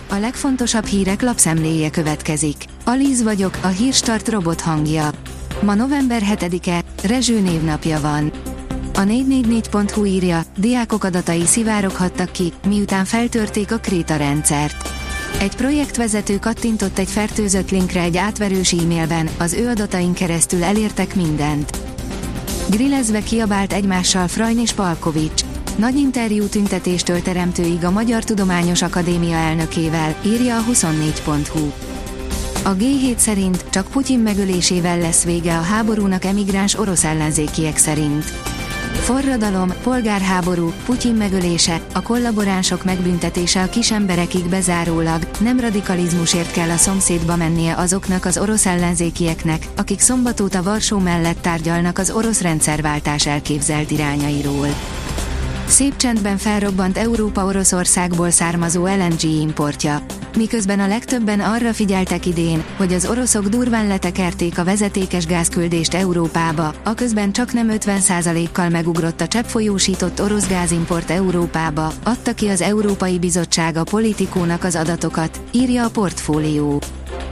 A legfontosabb hírek lapszemléje következik. Aliz vagyok, a Hírstart robot hangja. Ma november 7-e, Rezső névnapja van. A 444.hu írja, diákok adatai szivároghattak ki, miután feltörték a Kréta rendszert. Egy projektvezető kattintott egy fertőzött linkre egy átverős e-mailben, az ő adatain keresztül elértek mindent. Grillezve kiabált egymással Frajn és Palkovics. Nagy interjú tüntetéstől teremtőig a Magyar Tudományos Akadémia elnökével, írja a 24.hu. A G7 szerint csak Putyin megölésével lesz vége a háborúnak emigráns orosz ellenzékiek szerint. Forradalom, polgárháború, Putyin megölése, a kollaboránsok megbüntetése a kisemberekig bezárólag, nem radikalizmusért kell a szomszédba mennie azoknak az orosz ellenzékieknek, akik szombat óta Varsó mellett tárgyalnak az orosz rendszerváltás elképzelt irányairól. Szép csendben felrobbant Európa Oroszországból származó LNG importja. Miközben a legtöbben arra figyeltek idén, hogy az oroszok durván letekerték a vezetékes gázküldést Európába, aközben csaknem 50%-kal megugrott a cseppfolyósított orosz gázimport Európába, adta ki az Európai Bizottság a Politikónak az adatokat, írja a Portfólió.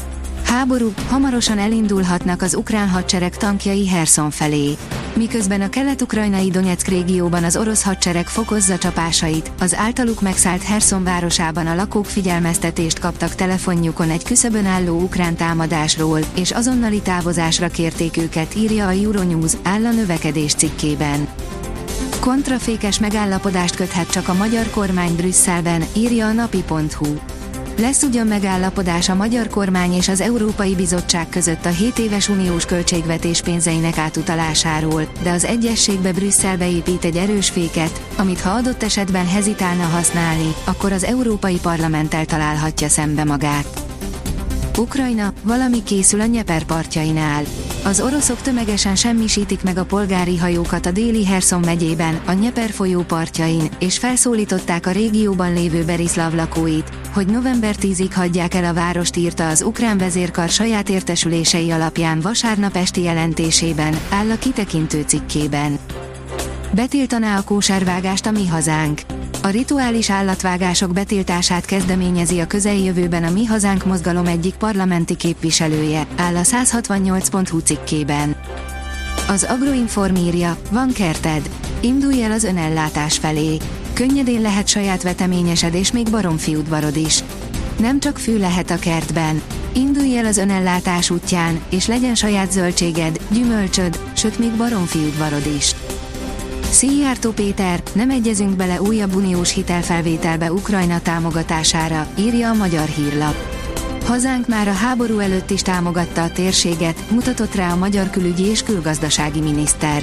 Háború, hamarosan elindulhatnak az ukrán hadsereg tankjai Herszon felé. Miközben a kelet-ukrajnai Donyeck régióban az orosz hadsereg fokozza csapásait, az általuk megszállt Herszon városában a lakók figyelmeztetést kaptak telefonjukon egy küszöbön álló ukrán támadásról, és azonnali távozásra kérték őket, írja a Euronews, áll a növekedés cikkében. Kontrafékes megállapodást köthet csak a magyar kormány Brüsszelben, írja a napi.hu. Lesz ugyan megállapodás a magyar kormány és az Európai Bizottság között a 7 éves uniós költségvetés pénzeinek átutalásáról, de az egyezségbe Brüsszel beépít egy erős féket, amit ha adott esetben hezitálna használni, akkor az Európai Parlamenttel találhatja szembe magát. Ukrajna, valami készül a Dnyeper partjainál. Az oroszok tömegesen semmisítik meg a polgári hajókat a déli Herszon megyében, a Dnyeper folyó partjain, és felszólították a régióban lévő Beriszlav lakóit, hogy november 10-ig hagyják el a várost, írta az ukrán vezérkar saját értesülései alapján vasárnap esti jelentésében, áll a Kitekintő cikkében. Betiltaná a kóservágást a Mi Hazánk. A rituális állatvágások betiltását kezdeményezi a közeljövőben a Mi Hazánk mozgalom egyik parlamenti képviselője, áll a 168.hu cikkében. Az Agroinform írja, van kerted. Indulj el az önellátás felé. Könnyedén lehet saját veteményesed és még baromfi udvarod is. Nem csak fű lehet a kertben. Indulj el az önellátás útján, és legyen saját zöldséged, gyümölcsöd, sőt még baromfi udvarod is. Szijjártó Péter, nem egyezünk bele újabb uniós hitelfelvételbe Ukrajna támogatására, írja a Magyar Hírlap. Hazánk már a háború előtt is támogatta a térséget, mutatott rá a magyar külügyi és külgazdasági miniszter.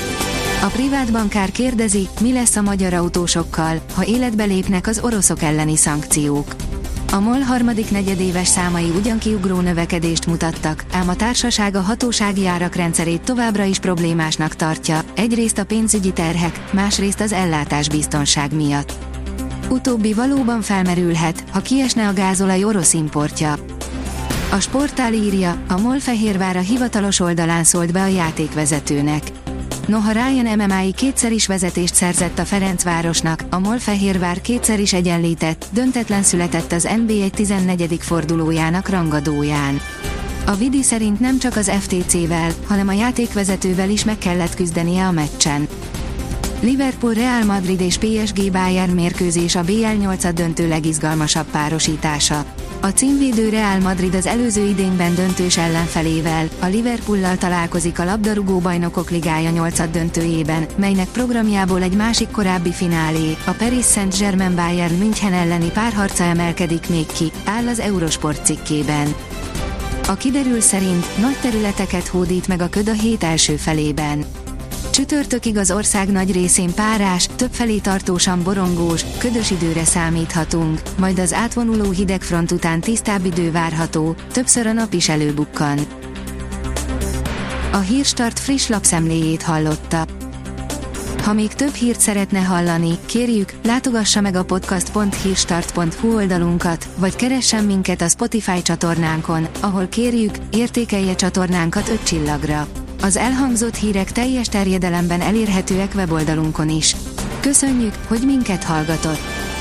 A privát bankár kérdezi, mi lesz a magyar autósokkal, ha életbe lépnek az oroszok elleni szankciók. A MOL harmadik negyedéves számai ugyan kiugró növekedést mutattak, ám a társaság a hatósági árak rendszerét továbbra is problémásnak tartja, egyrészt a pénzügyi terhek, másrészt az ellátásbiztonság miatt. Utóbbi valóban felmerülhet, ha kiesne a gázolaj orosz importja. A Sportál írja, a MOL Fehérvár a hivatalos oldalán szólt be a játékvezetőnek. Noha Ryan MMI kétszer is vezetést szerzett a Ferencvárosnak, a MOL Fehérvár kétszer is egyenlített, döntetlen született az NB1 14. fordulójának rangadóján. A Vidi szerint nem csak az FTC-vel, hanem a játékvezetővel is meg kellett küzdenie a meccsen. Liverpool, Real Madrid és PSG Bayern mérkőzés a BL 8-döntő legizgalmasabb párosítása. A címvédő Real Madrid az előző idényben döntős ellenfelével, a Liverpoollal találkozik a labdarúgó bajnokok ligája 8-döntőjében, melynek programjából egy másik korábbi finálé, a Paris Saint-Germain Bayern München elleni párharca emelkedik még ki, áll az Eurosport cikkében. A kiderül szerint nagy területeket hódít meg a köd a hét első felében. Csütörtökig az ország nagy részén párás, többfelé tartósan borongós, ködös időre számíthatunk, majd az átvonuló hidegfront után tisztább idő várható, többször a nap is előbukkan. A Hírstart friss lapszemléjét hallotta. Ha még több hírt szeretne hallani, kérjük, látogassa meg a podcast.hírstart.hu oldalunkat, vagy keressen minket a Spotify csatornánkon, ahol kérjük, értékelje csatornánkat 5 csillagra. Az elhangzott hírek teljes terjedelemben elérhetőek weboldalunkon is. Köszönjük, hogy minket hallgatott!